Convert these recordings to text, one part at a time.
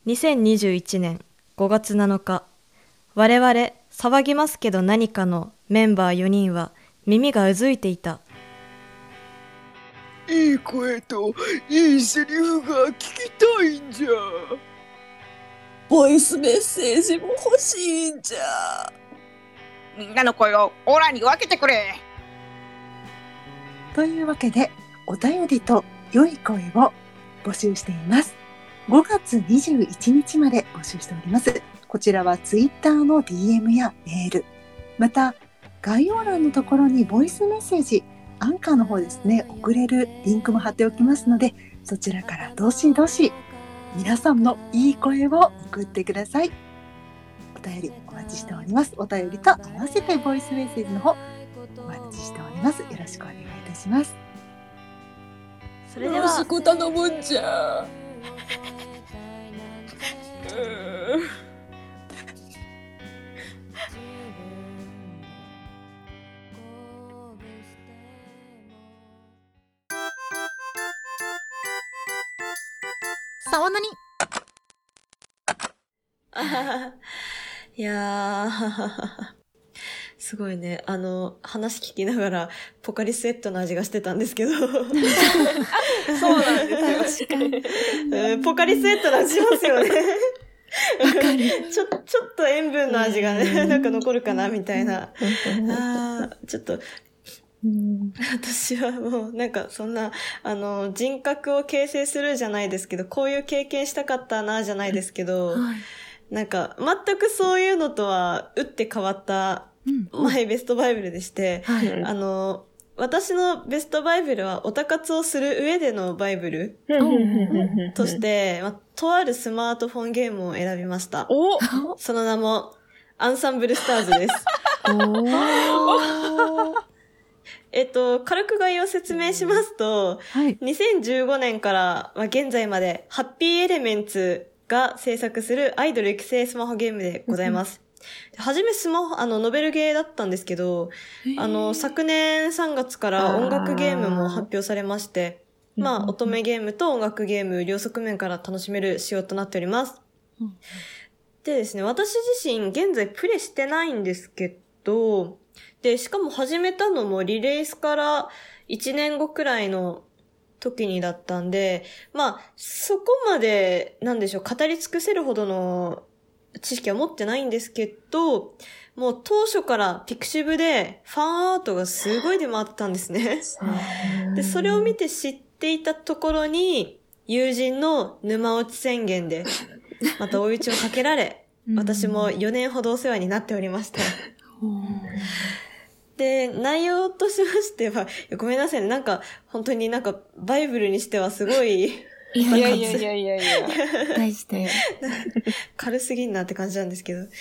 2021年5月7日、我々騒ぎますけど何かのメンバー4人は耳がうずいていた。 いい声といいセリフが聞きたいんじゃ。 ボイスメッセージも欲しいんじゃ。 みんなの声をオラに分けてくれ。 というわけで、お便りと良い声を募集しています。5月21日まで募集しております。こちらはツイッターの DM やメール、また概要欄のところにボイスメッセージ、アンカーの方ですね、送れるリンクも貼っておきますので、そちらからどしどし皆さんのいい声を送ってください。お便りお待ちしております。お便りと合わせてボイスメッセージの方お待ちしております。よろしくお願いいたします。 それでは、 よろしく頼むんじゃ。 さわなにいやーすごいね。話聞きながらポカリスエットの味がしてたんですけどそうなんですよ。 ポカリスエットの味しますよね。 わかる。 ちょっと塩分の味がね、なんか残るかなみたいな。ちょっと、私はもうなんかそんな、人格を形成するじゃないですけど、こういう経験したかったなじゃないですけど、 はい。 なんか全くそういうのとは打って変わったマイベストバイブルでして、 はい。 私のベストバイブルはオタ活をする上でのバイブルとして、とあるスマートフォンゲームを選びました。 おその名も、アンサンブルスターズです。軽く概要を説明しますと、 はい。 2015年から現在まで、ハッピーエレメンツが制作するアイドル育成スマホゲームでございます。はじめノベルゲーだったんですけど、昨年3月から音楽ゲームも発表されまして、乙女ゲームと音楽ゲーム両側面から楽しめる仕様となっております。でですね、私自身現在プレイしてないんですけど、で、しかも始めたのもリレースから1年後くらいの時にだったんで、そこまで、なんでしょう、語り尽くせるほどの知識は持ってないんですけど、もう当初からピクシブでファンアートがすごい出回ってたんですね。で、それを見て知っていたところに、友人の沼落ち宣言で、また追い打ちをかけられ、私も4年ほどお世話になっておりました。で、内容としましては、ごめんなさいね、なんか、本当になんか、バイブルにしてはすごい、 いやいやいやいやいや。 大事だよ。 軽すぎんなって感じなんですけど。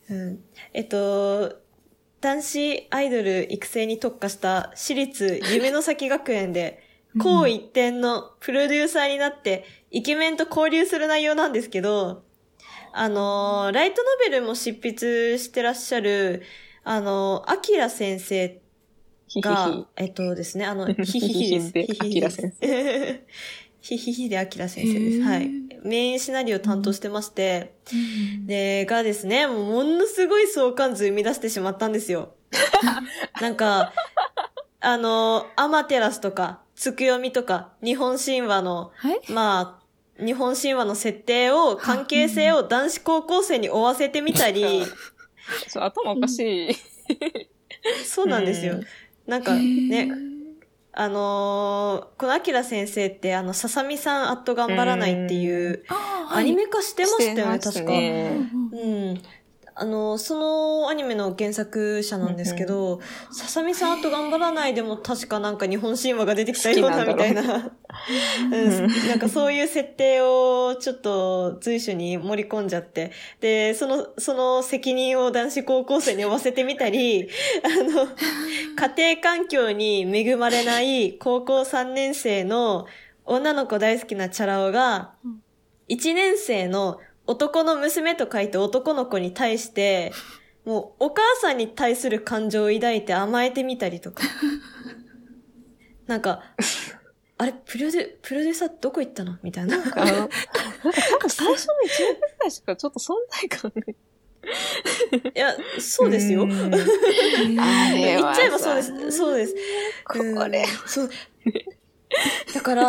男子アイドル育成に特化した私立夢の先学園で、高一点のプロデューサーになって、イケメンと交流する内容なんですけど、ライトノベルも執筆してらっしゃる、アキラ先生が、ですね、ヒヒヒです。 ヒヒヒでアキラ先生。ヒヒヒでアキラ先生です。はい。メインシナリオを担当してまして、で、がですね、ものすごい相関図生み出してしまったんですよ。なんか、アマテラスとか、つくよみとか、日本神話の、日本神話の設定を、関係性を男子高校生に追わせてみたり、 頭おかしい。 そうなんですよ。なんかね、このアキラ先生って、ささみさん頑張らないっていう、アニメ化してましたよね、確か。そのアニメの原作者なんですけど、ささみさん頑張らないでも確かなんか日本神話が出てきたようなみたいな。なんかそういう設定をちょっと随所に盛り込んじゃって、で、その責任を男子高校生に負わせてみたり、家庭環境に恵まれない高校3年生の女の子大好きなチャラ男が、1年生の男の娘と書いて男の子に対して、もうお母さんに対する感情を抱いて甘えてみたりとか。なんか、 あれ、プロデューサーどこ行ったのみたいな。 なんか多分最初の1年ぐらいしかちょっと存在感ない。 いや、そうですよ。 あれ言はっちゃえばそうです。そうです。 これ。 そう。だから、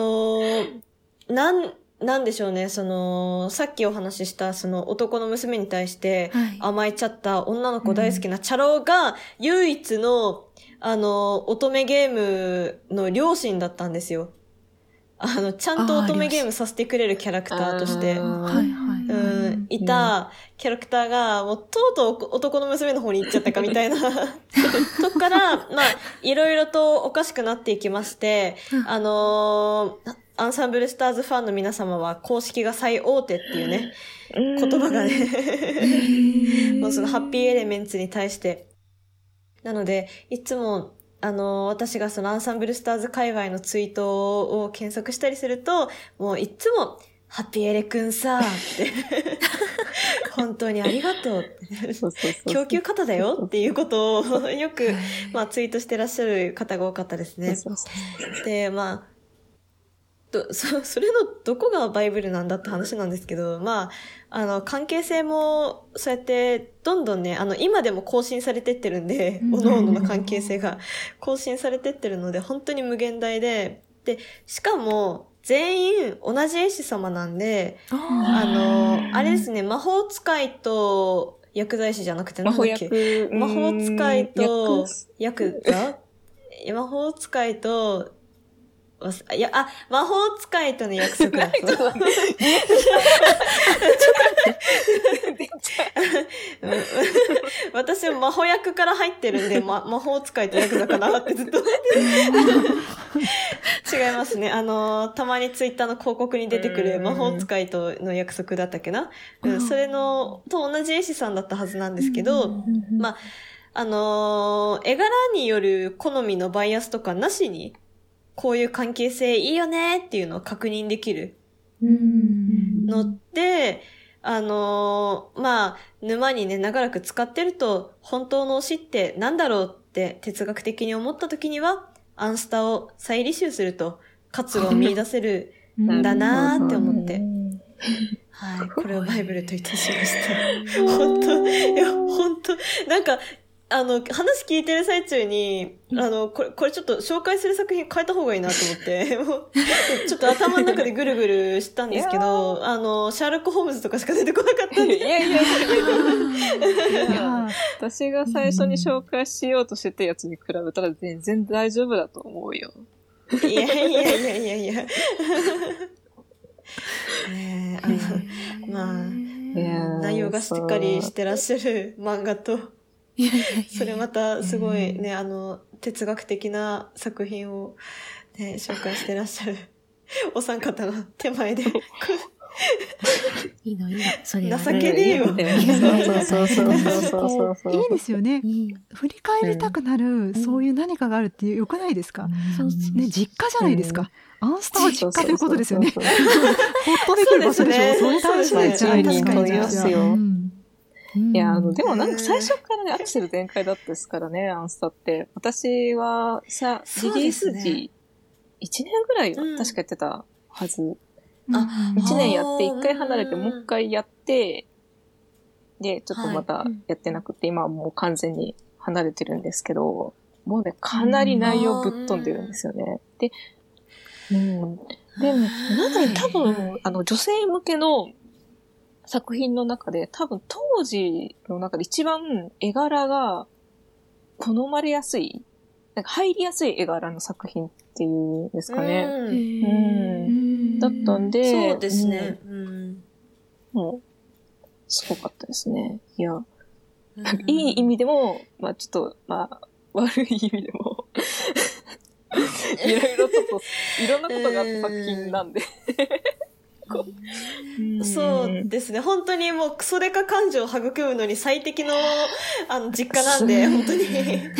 なんでしょうね、さっきお話しした、男の娘に対して甘えちゃった女の子大好きなチャロが、唯一の、乙女ゲームの両親だったんですよ。ちゃんと乙女ゲームさせてくれるキャラクターとして、いたキャラクターが、もうとうとう男の娘の方に行っちゃったかみたいなとこから、まあ、いろいろとおかしくなっていきまして、アンサンブルスターズファンの皆様は公式が最大手っていうね、言葉がね、もうそのハッピーエレメンツに対して。なので、いつも、私がそのアンサンブルスターズ界隈のツイートを検索したりすると、もういつも、ハッピーエレくんさって、本当にありがとう。供給方だよっていうことをよく、まあツイートしてらっしゃる方が多かったですね。で、まあ、それのどこがバイブルなんだって話なんですけど、まあ、関係性もそうやってどんどんね、今でも更新されてってるんで、各々の関係性が更新されてってるので、本当に無限大で、で、しかも全員同じ絵師様なんで、あれですね、魔法使いと薬剤師じゃなくて何だっけ？魔法使いと薬剤？魔法使いと、魔法使いとの約束だ。私は魔法役から入ってるんで、魔法使いとヤクザかなってずっと違いますね。たまにツイッターの広告に出てくる魔法使いとの約束だったっけな。それと同じ絵師さんだったはずなんですけど、まあ、絵柄による好みのバイアスとかなしに、こういう関係性いいよねっていうのを確認できるので、まあ、沼にね、長らく使ってると、本当の推しって何だろうって哲学的に思った時には、アンスタを再履修すると、活路を見出せるんだなーって思って。はい。これをバイブルといたしました。本当なんか、話聞いてる最中に、これちょっと紹介する作品変えた方がいいなと思って、もうちょっと頭の中でぐるぐるしたんですけど、シャーロック・ホームズとかしか出てこなかったんで。いや私が最初に紹介しようとしてたやつに比べたら全然大丈夫だと思うよ。 いや。まあ、内容がしっかりしてらっしゃる漫画と、それまたすごいね、哲学的な作品をね、紹介してらっしゃるお三方の手前で。 いいの。それは。 情けねえよ。 そう。いいですよね。振り返りたくなる、そういう何かがあるって良くないですか？ね、実家じゃないですか。アンスタは実家ということですよね。ほっとできる場所でしょ。それ大事ですよね。 確かにですよ。いや、でもなんか最初からね、アクセル全開だったですからね、アンスタって。私はリリース時、1年ぐらいは確かやってたはず。1年やって1回離れてもう1回やって、で、ちょっとまたやってなくて、今はもう完全に離れてるんですけど、もうね、かなり内容ぶっ飛んでるんですよね。で、でも、なんか多分、女性向けの作品の中で、多分当時の中で一番絵柄が好まれやすい、なんか入りやすい絵柄の作品っていうんですかね。だったんで、 そうですね。 もう、すごかったですね。いや、いい意味でも、まあちょっと、まあ悪い意味でも、いろんなことがあった作品なんで。 そうですね。本当にもうクソデカ感情を育むのに最適の、実家なんで、本当に。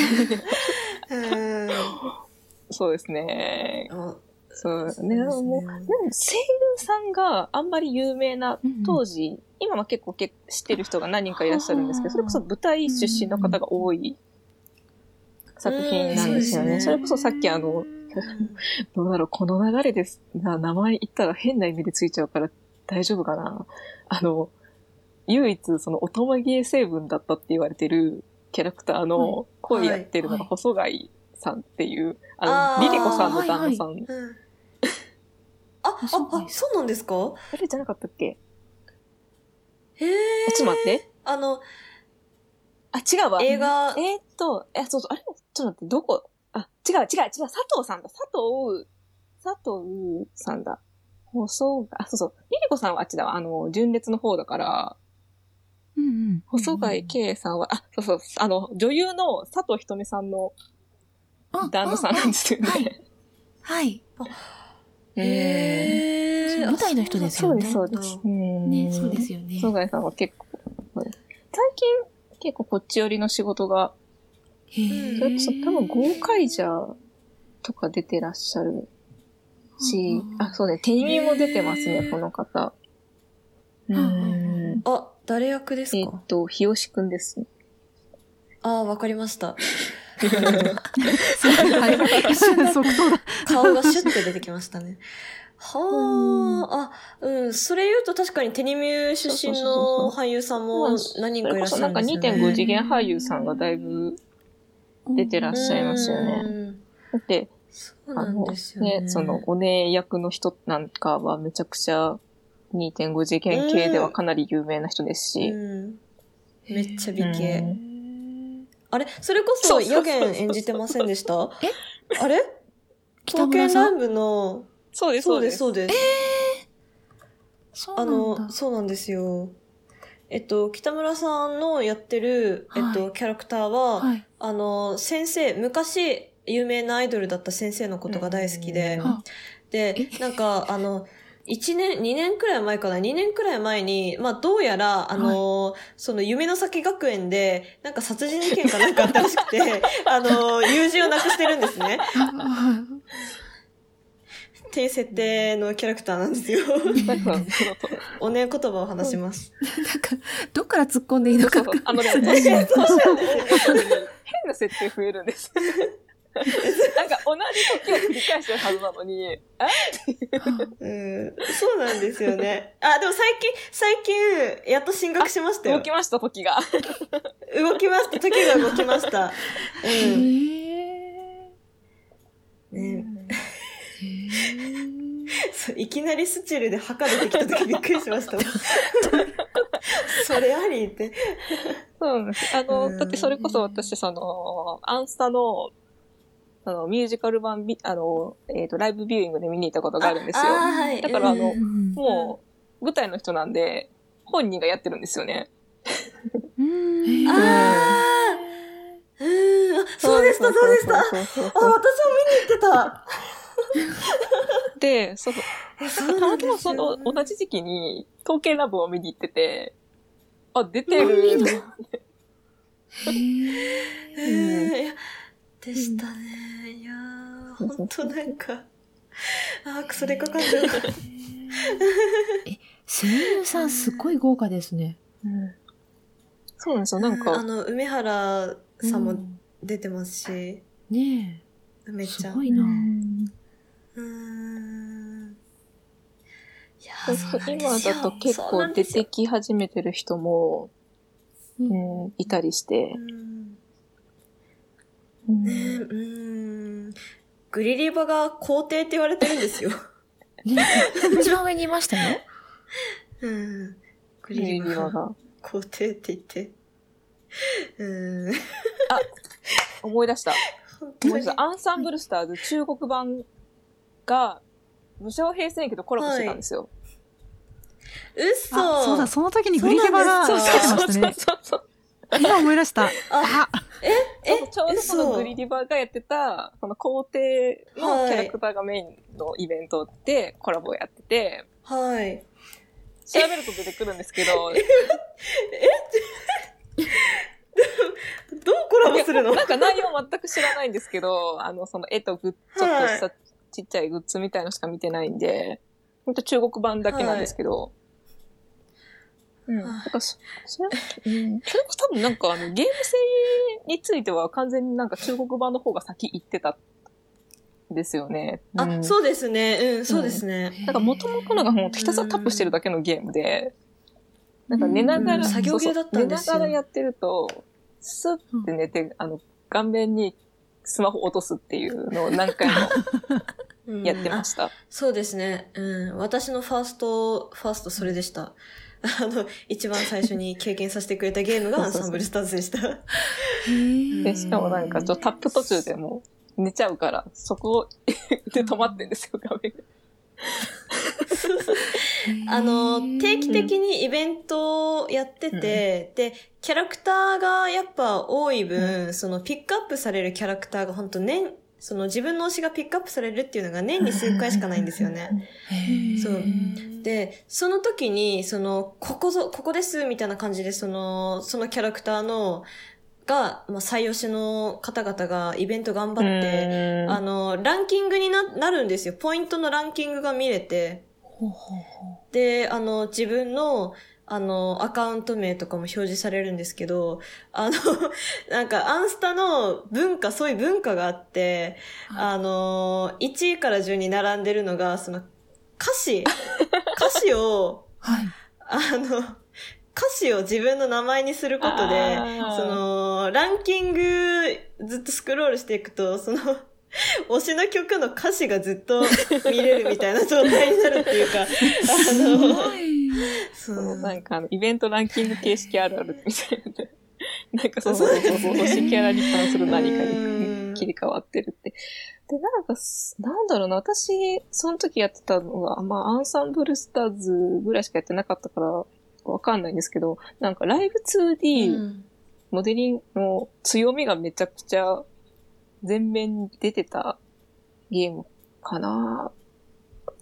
そうですね。そうね。でも声優さんがあんまり有名な当時、今は結構知ってる人が何人かいらっしゃるんですけど、それこそ舞台出身の方が多い作品なんですよね。それこそさっきどうだろう、この流れです名前言ったら変な意味でついちゃうから大丈夫かな。唯一そのオタマゲー成分だったって言われてるキャラクターの声やってるのが細貝さんっていう、リリコさんの旦那さん。 そうなんですか？ あれじゃなかったっけ？ へー。 ちょっと待って。違うわ。 映画。 そう、あれちょっと待って、どこ？違う、佐藤さんだ。佐藤さんだ。そうそう。リリコさんはあっちだわ。純烈の方だから、細貝圭さんは、そう、女優の佐藤ひとみさんの旦那さんなんですよね。 はい。 へー。 舞台の人ですよね。 そうです。 ね、そうですよね。 細貝さんは結構、最近結構こっち寄りの仕事が、それこそ多分ゴーカイジャーとか出てらっしゃるし、そうね、テニミも出てますね、この方。 誰役ですか？ 日吉くんですね。 わかりました。 即答だ。 顔がシュッて出てきましたね。はあ、それ言うと確かにテニミュー出身の俳優さんも何人かいらっしゃるんですよね。 なんか 2.5 次元俳優さんがだいぶ出てらっしゃいますよね。だって、 そうなんですよね。 そのお姉役の人なんかはめちゃくちゃ 2.5 次元系ではかなり有名な人ですし。 めっちゃ美形。あれそれこそヤゲン演じてませんでした？あれ刀剣乱舞の、 そうです。 そうです。 そうなんですよ。北村さんのやってる、キャラクターは、先生、昔有名なアイドルだった先生のことが大好きで、で、なんか、2年くらい前かな ?2 年くらい前に、どうやら、その夢の先学園で、なんか殺人事件かなんかあったらしくて、友人を亡くしてるんですね。っていう設定のキャラクターなんですよ。おね言葉を話します。 なんか、どっから突っ込んでいいのか。 変な設定増えるんです。なんか同じ時を繰り返してるはずなのに、 そうなんですよね。でも最近、やっと進学しましたよ。 動きました、時が。 時が動きました。いきなりスチルで墓出てきた時びっくりしましたもん。それありって。 そうなんです。だってそれこそ私、アンスタの、ミュージカル版、ライブビューイングで見に行ったことがあるんですよ。だから、もう、舞台の人なんで、本人がやってるんですよね。 そうでした。私も見に行ってた。 で、たまたまその同じ時期に、刀剣ラブを見に行ってて、出てる。 でしたね。いやー、ほんとなんか、クソデカ感情が。 声優さんすっごい豪華ですね。 そうなんですよ、なんか。 梅原さんも出てますし。 ねえ。めっちゃ。 すごいな。 いや今だと結構出てき始めてる人も、いたりして。 グリリバが皇帝って言われてるんですよ。 一番上にいましたよ。 グリリバが皇帝って言って。 思い出した。アンサンブルスターズ中国版が、武将平成期とコラボしてたんですよ。 嘘。 そうだ、その時にグリリバがつけてましたね。 そう今思い出した。 ちょうどそのグリリバがやってた、その皇帝のキャラクターがメインのイベントでコラボをやってて、 はい。 調べると出てくるんですけど、 どうコラボするの？ なんか内容全く知らないんですけど、その絵とちょっとしたちっちゃいグッズみたいのしか見てないんで、ほんと中国版だけなんですけど、だからそれこそ多分なんかゲーム性については完全になんか中国版の方が先行ってたですよね。 あ、そうですね。そうですね。 なんか元々のがもうひたすらタップしてるだけのゲームで、なんか寝ながら、 作業系だったんですよ。 寝ながらやってると、スッて寝て、顔面にスマホ落とすっていうのを何回もやってました。 そうですね。私のファーストそれでした。一番最初に経験させてくれたゲームがアンサンブルスターズでした。 で、しかもなんかタップ途中でもう寝ちゃうから、そこで止まってんですよ、画面が。 定期的にイベントをやってて、で、キャラクターがやっぱ多い分、そのピックアップされるキャラクターが本当その自分の推しがピックアップされるっていうのが年に数回しかないんですよね。そう。で、その時に、ここですみたいな感じで、そのキャラクターが、最推しの方々がイベント頑張って、ランキングになるんですよ。ポイントのランキングが見れて。で、自分の、アカウント名とかも表示されるんですけど、なんか、アンスタのそういう文化があって、1位から順に並んでるのが、その、歌詞を、歌詞を自分の名前にすることで、その、ランキングずっとスクロールしていくと、その、推しの曲の歌詞がずっと見れるみたいな状態になるっていうか、 そう、なんかイベントランキング形式あるあるみたいな。なんかそう、推しキャラに関する何かに切り替わってるって。で、なんだろうな、私、その時やってたのは、アンサンブルスターズぐらいしかやってなかったから、わかんないんですけど、なんかライブ 2D、モデリングの強みがめちゃくちゃ前面に出てたゲームかなって。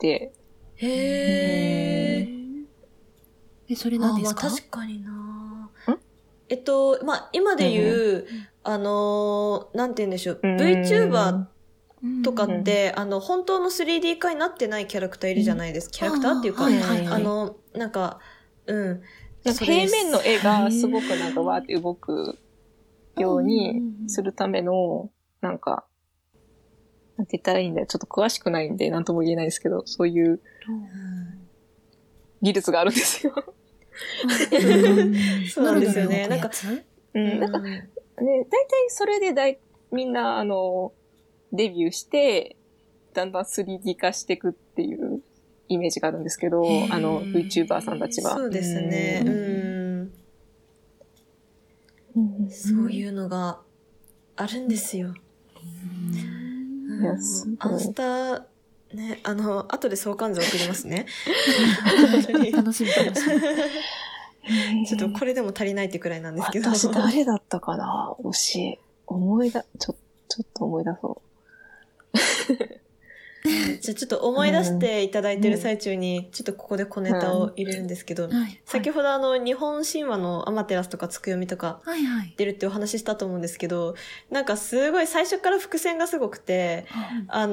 それ何ですか？ 確かにな。今で言う、なんて言うんでしょう、VTuber とかって、本当の 3D 化になってないキャラクターいるじゃないですか。キャラクターっていうか、なんか、 平面の絵がすごくなんかわーって動くようにするための、なんか、なんて言ったらいいんだよ。ちょっと詳しくないんで、なんとも言えないですけど、そういう技術があるんですよ。 そうなんですよね。なんか、 なんか、ね、大体それでみんな、デビューして、だんだん 3D 化していくっていうイメージがあるんですけど、VTuber さんたちは。 そうですね。そういうのがあるんですよ。アンスタ、ね、後で相関図送りますね。 楽しみ。 ちょっとこれでも足りないってくらいなんですけど。 私誰だったかな？推し。ちょっと思い出そう。 じゃあちょっと思い出していただいてる最中に、ちょっとここで小ネタを入れるんですけど、先ほど日本神話のアマテラスとかつくよみとか出るってお話ししたと思うんですけど、なんかすごい最初から伏線がすごくて、ラ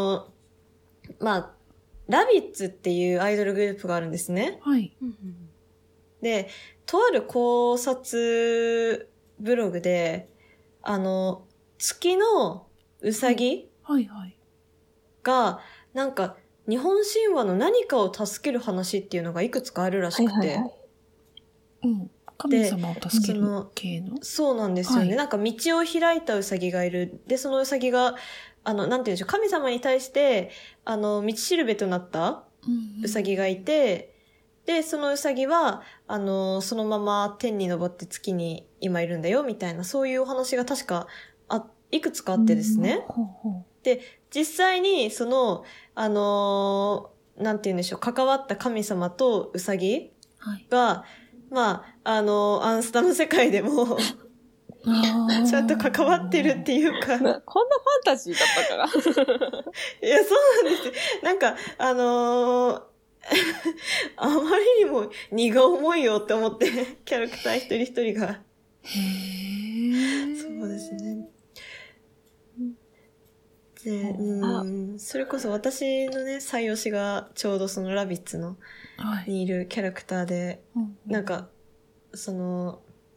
ビッツっていうアイドルグループがあるんですね。で、とある考察ブログで、月のうさぎが、なんか、日本神話の何かを助ける話っていうのがいくつかあるらしくて。 神様を助ける系の？ そうなんですよね。なんか道を開いたうさぎがいる。で、そのうさぎが、なんて言うんでしょう、神様に対して、道しるべとなったうさぎがいて、で、そのうさぎは、そのまま天に昇って月に今いるんだよ、みたいな、そういうお話が確か、いくつかあってですね。で、実際に、なんて言うんでしょう、関わった神様とうさぎが、アンスタの世界でも、ちゃんと関わってるっていうか。 こんなファンタジーだったから。 いや、そうなんですよ。なんか、あまりにも荷が重いよって思って、キャラクター一人一人が。そうですね。で、それこそ私のね、最推しがちょうどそのラビッツの、にいるキャラクターで、なんか、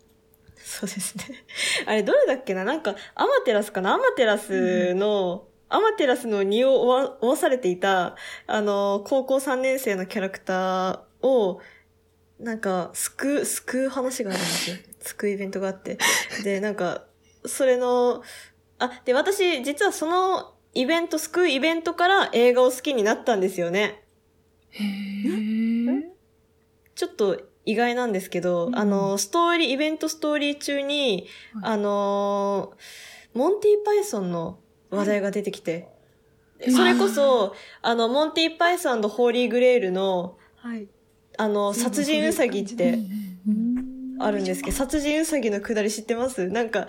そうですね。あれ、どれだっけな、なんか、アマテラスかな、アマテラスの、 アマテラスの荷を負わされていた、高校3年生のキャラクターを、なんか、救う話があるんですよ。救うイベントがあって。で、なんか、それの、で、私、実はその救うイベントから映画を好きになったんですよね。 へー。 ちょっと意外なんですけど、イベントストーリー中に、モンティパイソンの話題が出てきて、それこそ、モンティパイソン&ホーリーグレールの、殺人ウサギってあるんですけど、殺人ウサギのくだり知ってます？なんか、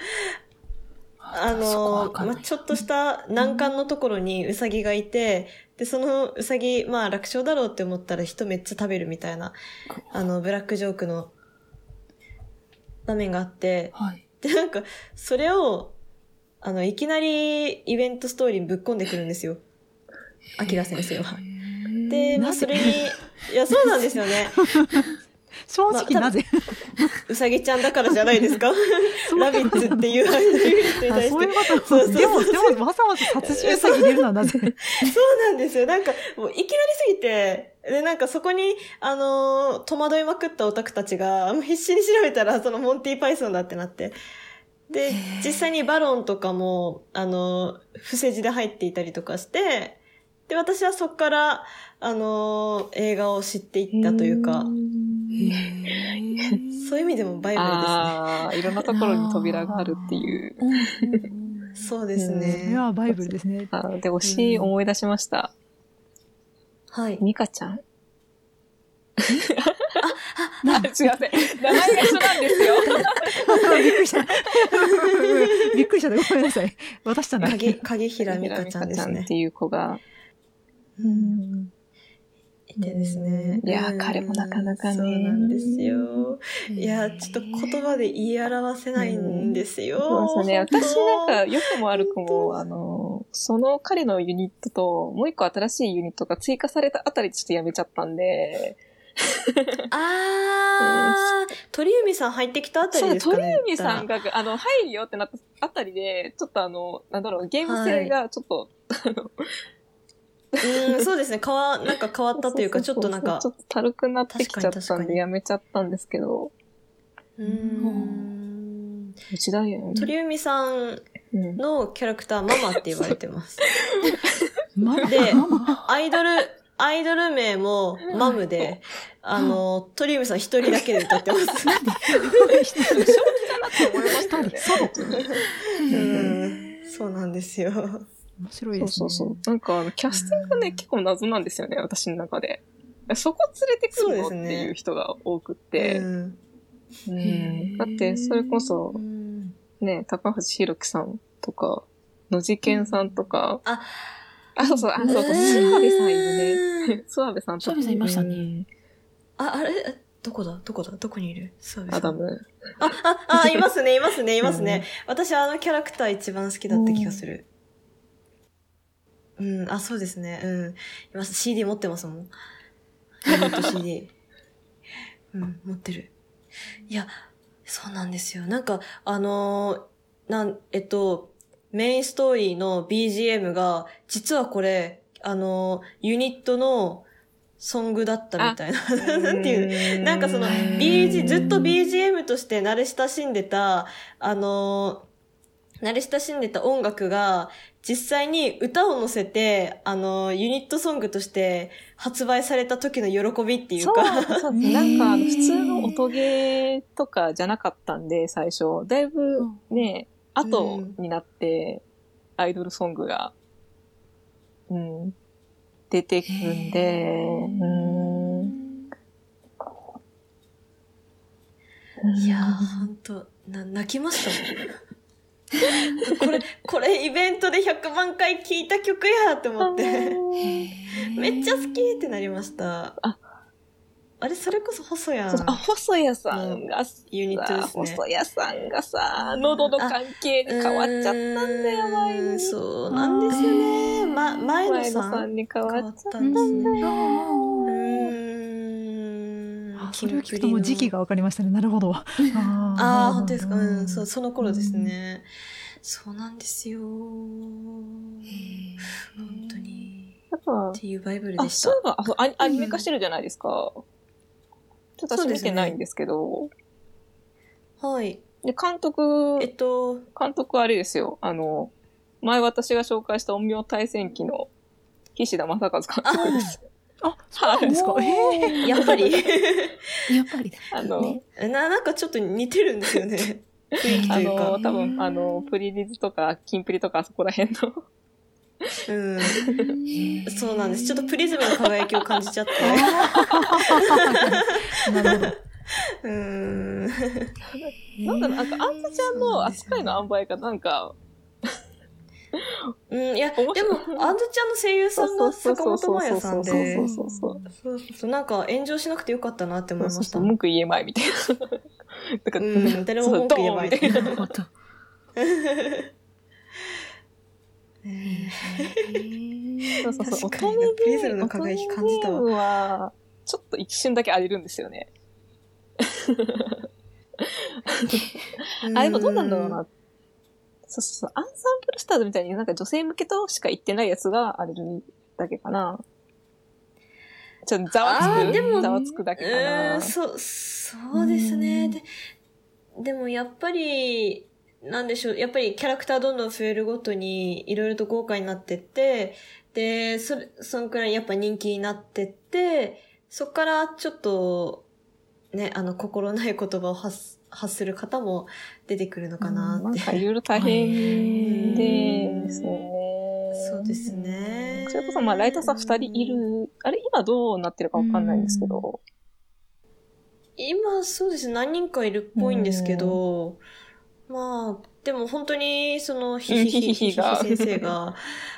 ちょっとした難関のところにウサギがいて、で、そのウサギ、まあ楽勝だろうって思ったら人めっちゃ食べるみたいな、ブラックジョークの場面があって、で、なんか、それを、いきなりイベントストーリーにぶっ込んでくるんですよ。アキラ先生は。で、まあそれに、いや、そうなんですよね。 正直なぜ、 うさぎちゃんだからじゃないですかラビッツっていうアイドルユニットに対して。 そういうこと。でもわざわざ殺人ウサギ入れるのはなぜそうなんですよ。なんか、もういきなりすぎて、で、なんかそこに、戸惑いまくったオタクたちが、必死に調べたら、そのモンティパイソンだってなって。で、実際にバロンとかも、伏せ字で入っていたりとかして、で、私はそこから、映画を知っていったというか、そういう意味でもバイブルですね。 いろんなところに扉があるっていう。 そうですね。 いや、バイブルですね。 で、推し思い出しました。 はい。 ミカちゃん。すいません。名前が一緒なんですよ。 びっくりした。びっくりした。ごめんなさい。私じゃない。 影平美香ちゃんですね。 っていう子が。 いてですね。 いや、彼もなかなかね。 そうなんですよ。いや、ちょっと言葉で言い表せないんですよ。 そうですね。私なんか、良くも悪くも、その彼のユニットと、もう一個新しいユニットが追加されたあたりでちょっとやめちゃったんで。 鳥海さん入ってきたあたりですかね。 鳥海さんが、入るよってなったあたりで、ちょっとゲーム性がちょっと、 そうですね。なんか変わったというか、ちょっとなんか。 ちょっとたるくなってきちゃったんでやめちゃったんですけど。うちだよね。 鳥海さんのキャラクター、ママって言われてます。で、アイドル名もマムで、鳥海さん一人だけで歌ってます。なんで正気だなって思いましたね。そうなんですよ。 面白いですね。 そう。なんか、キャスティングがね、結構謎なんですよね、私の中で。そこ連れてくるのっていう人が多くって。だって、それこそ、ね、高橋宏樹さんとか、野次健さんとか、そう、諏訪部さんいるね。諏訪部さんとか。 諏訪部さんいましたね。 あれどこにいるアダム。 いますね。私はキャラクター一番好きだった気がする。そうですね。今 CD 持ってますもん。CD。持ってる。いや、そうなんですよ。なんか、メインストーリーの BGM が、実はこれ、ユニットのソングだったみたいな。なんていう、なんかその、ずっと BGM として慣れ親しんでた、音楽が、実際に歌を乗せて、ユニットソングとして発売された時の喜びっていうか。 そう。なんか、普通の音ゲーとかじゃなかったんで、最初。だいぶね、後になって、アイドルソングが、出てくるんで、 いやー、ほんと、泣きましたもん。これイベントで100万回聴いた曲やって思って。めっちゃ好きってなりました。あれ、それこそ細谷。 細谷さんが、 ユニットですね。 細谷さんがさ、喉の関係に変わっちゃったんだよ、前に。 そうなんですよね。前野さんに変わっちゃったんですね。 それを聞くともう時期が分かりましたね。なるほど。 本当ですか。その頃ですね。 そうなんですよ。本当に。 やっぱっていうバイブルでした。 そういえばアニメ化してるじゃないですか。ちょっと私見てないんですけど。 はい。 で、監督あれですよ。前私が紹介した陰陽対戦記の岸田正和監督です。 そうなんですか。 やっぱり。 やっぱりだ。 なんかちょっと似てるんですよね。雰囲気というか。 多分、プリリズとか、キンプリとかあそこら辺の。 そうなんです。ちょっとプリズムの輝きを感じちゃって。 なるほど。 なんか、あんずちゃんの扱いの塩梅がなんか、 いや、でも、あんずちゃんの声優さんが坂本真綾さんで、そう、なんか炎上しなくてよかったなって思いました。 文句言えまいみたいな。 誰も文句言えまいみたいな。そう、 乙女プリズムの輝き感じたわ。 は、ちょっと一瞬だけ荒れるんですよね。でもどうなんだろうな。そう、アンサンブルスターズみたいになんか女性向けとしか言ってないやつが荒れるだけかな。ちょっとざわつくだけかな。 そうですね。でもやっぱり、なんでしょう。やっぱりキャラクターどんどん増えるごとにいろいろと豪華になってって、で、そのくらいやっぱ人気になってって、そっからちょっと、ね、心ない言葉を発する方も出てくるのかなって。 なんかいろいろ大変ですね。 そうですね。 それこそライターさん2人いる。あれ今どうなってるかわかんないんですけど。 今そうですね。何人かいるっぽいんですけど、まあ、でも本当にそのヒヒ先生が、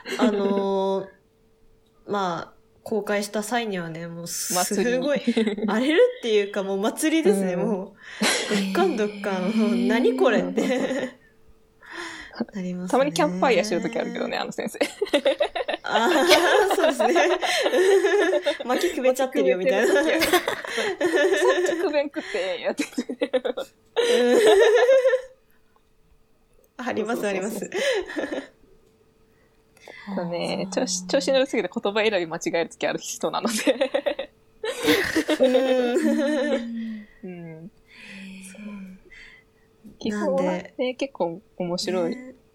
まあ、公開した際にはね、もうすごい、荒れるっていうかもう祭りですね、もう。どっかん、もう何これって。なりますね。 たまにキャンプファイヤーしてる時あるけどね、先生。 そうですね。薪くべちゃってるよ、みたいな。さっきくべん食ってやってて。 あります、あります。 ね、調子乗りすぎて言葉選び間違える時ある人なので。基本はね、結構面白い。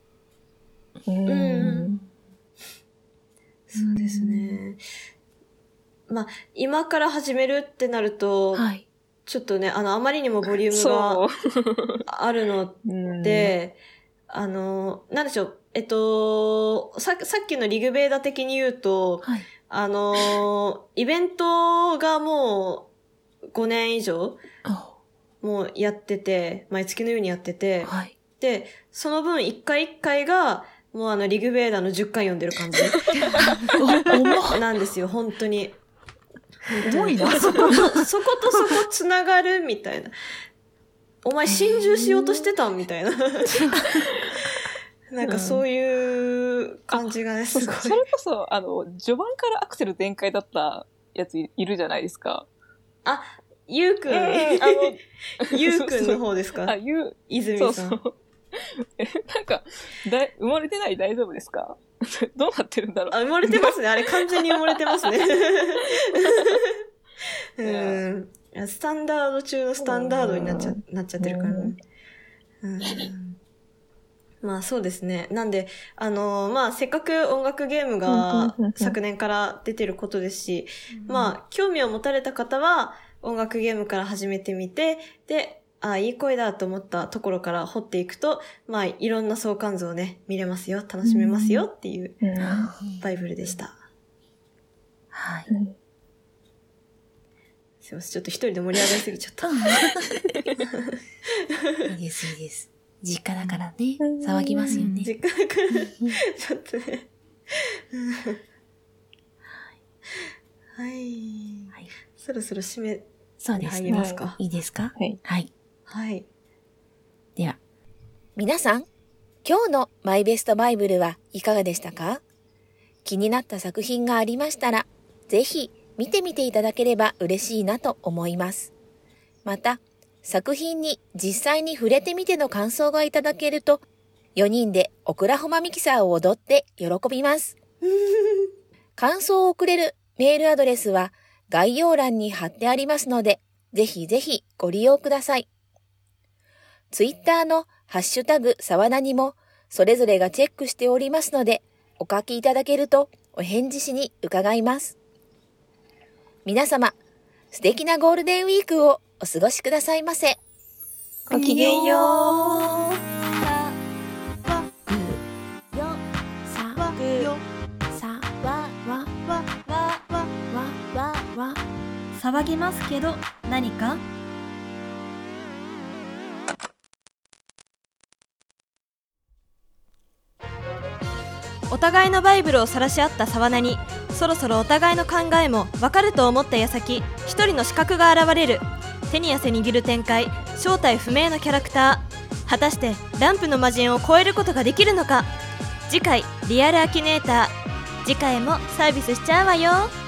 そうですね。まあ、今から始めるってなると、ちょっとね、あまりにもボリュームがあるので、なんでしょう、さっきのリグベーダ的に言うと、イベントがもう5年以上、もうやってて、毎月のようにやってて、で、その分一回一回が、もうリグベーダの10回読んでる感じ。なんですよ、本当に。 重いな。 そことそこつながるみたいな。お前心中しようとしてたんみたいな。なんかそういう感じがね、すごい。 それこそ、序盤からアクセル全開だったやついるじゃないですか。 ゆうくん。ゆうくんの方ですか？泉さん。そう。 なんか、埋もれてない大丈夫ですか？どうなってるんだろう。 埋もれてますね。あれ完全に埋もれてますね。スタンダード中のスタンダードになっちゃってるからね。まあそうですね。なんで、まあせっかく音楽ゲームが昨年から出てることですし、まあ興味を持たれた方は音楽ゲームから始めてみて、で、いい声だと思ったところから掘っていくと、まあいろんな相関図をね、見れますよ、楽しめますよっていうバイブルでした。 はい。 すいません、ちょっと一人で盛り上がりすぎちゃった。 いいです、いいです。実家だからね、騒ぎますよね。 実家だから、ちょっとね。はい。そろそろ締めに入りますか。 いいですか？ はい。 はい。では。皆さん、今日のマイベストバイブルはいかがでしたか？気になった作品がありましたら、ぜひ見てみていただければ嬉しいなと思います。また、作品に実際に触れてみての感想がいただけると、 4人でオクラホマミキサーを踊って喜びます。感想を送れるメールアドレスは概要欄に貼ってありますので、ぜひぜひご利用ください。ツイッターのハッシュタグさわなにもそれぞれがチェックしておりますので、お書きいただけるとお返事しに伺います。皆様、素敵なゴールデンウィークをお過ごしくださいませ。 ごきげんよう。 騒ぎますけど何か？ お互いのバイブルを晒し合った沢名に、そろそろお互いの考えも分かると思った矢先、一人の刺客が現れる。手に汗握る展開、正体不明のキャラクター。果たしてランプの魔人を超えることができるのか。次回リアルアキネーター、次回もサービスしちゃうわよ。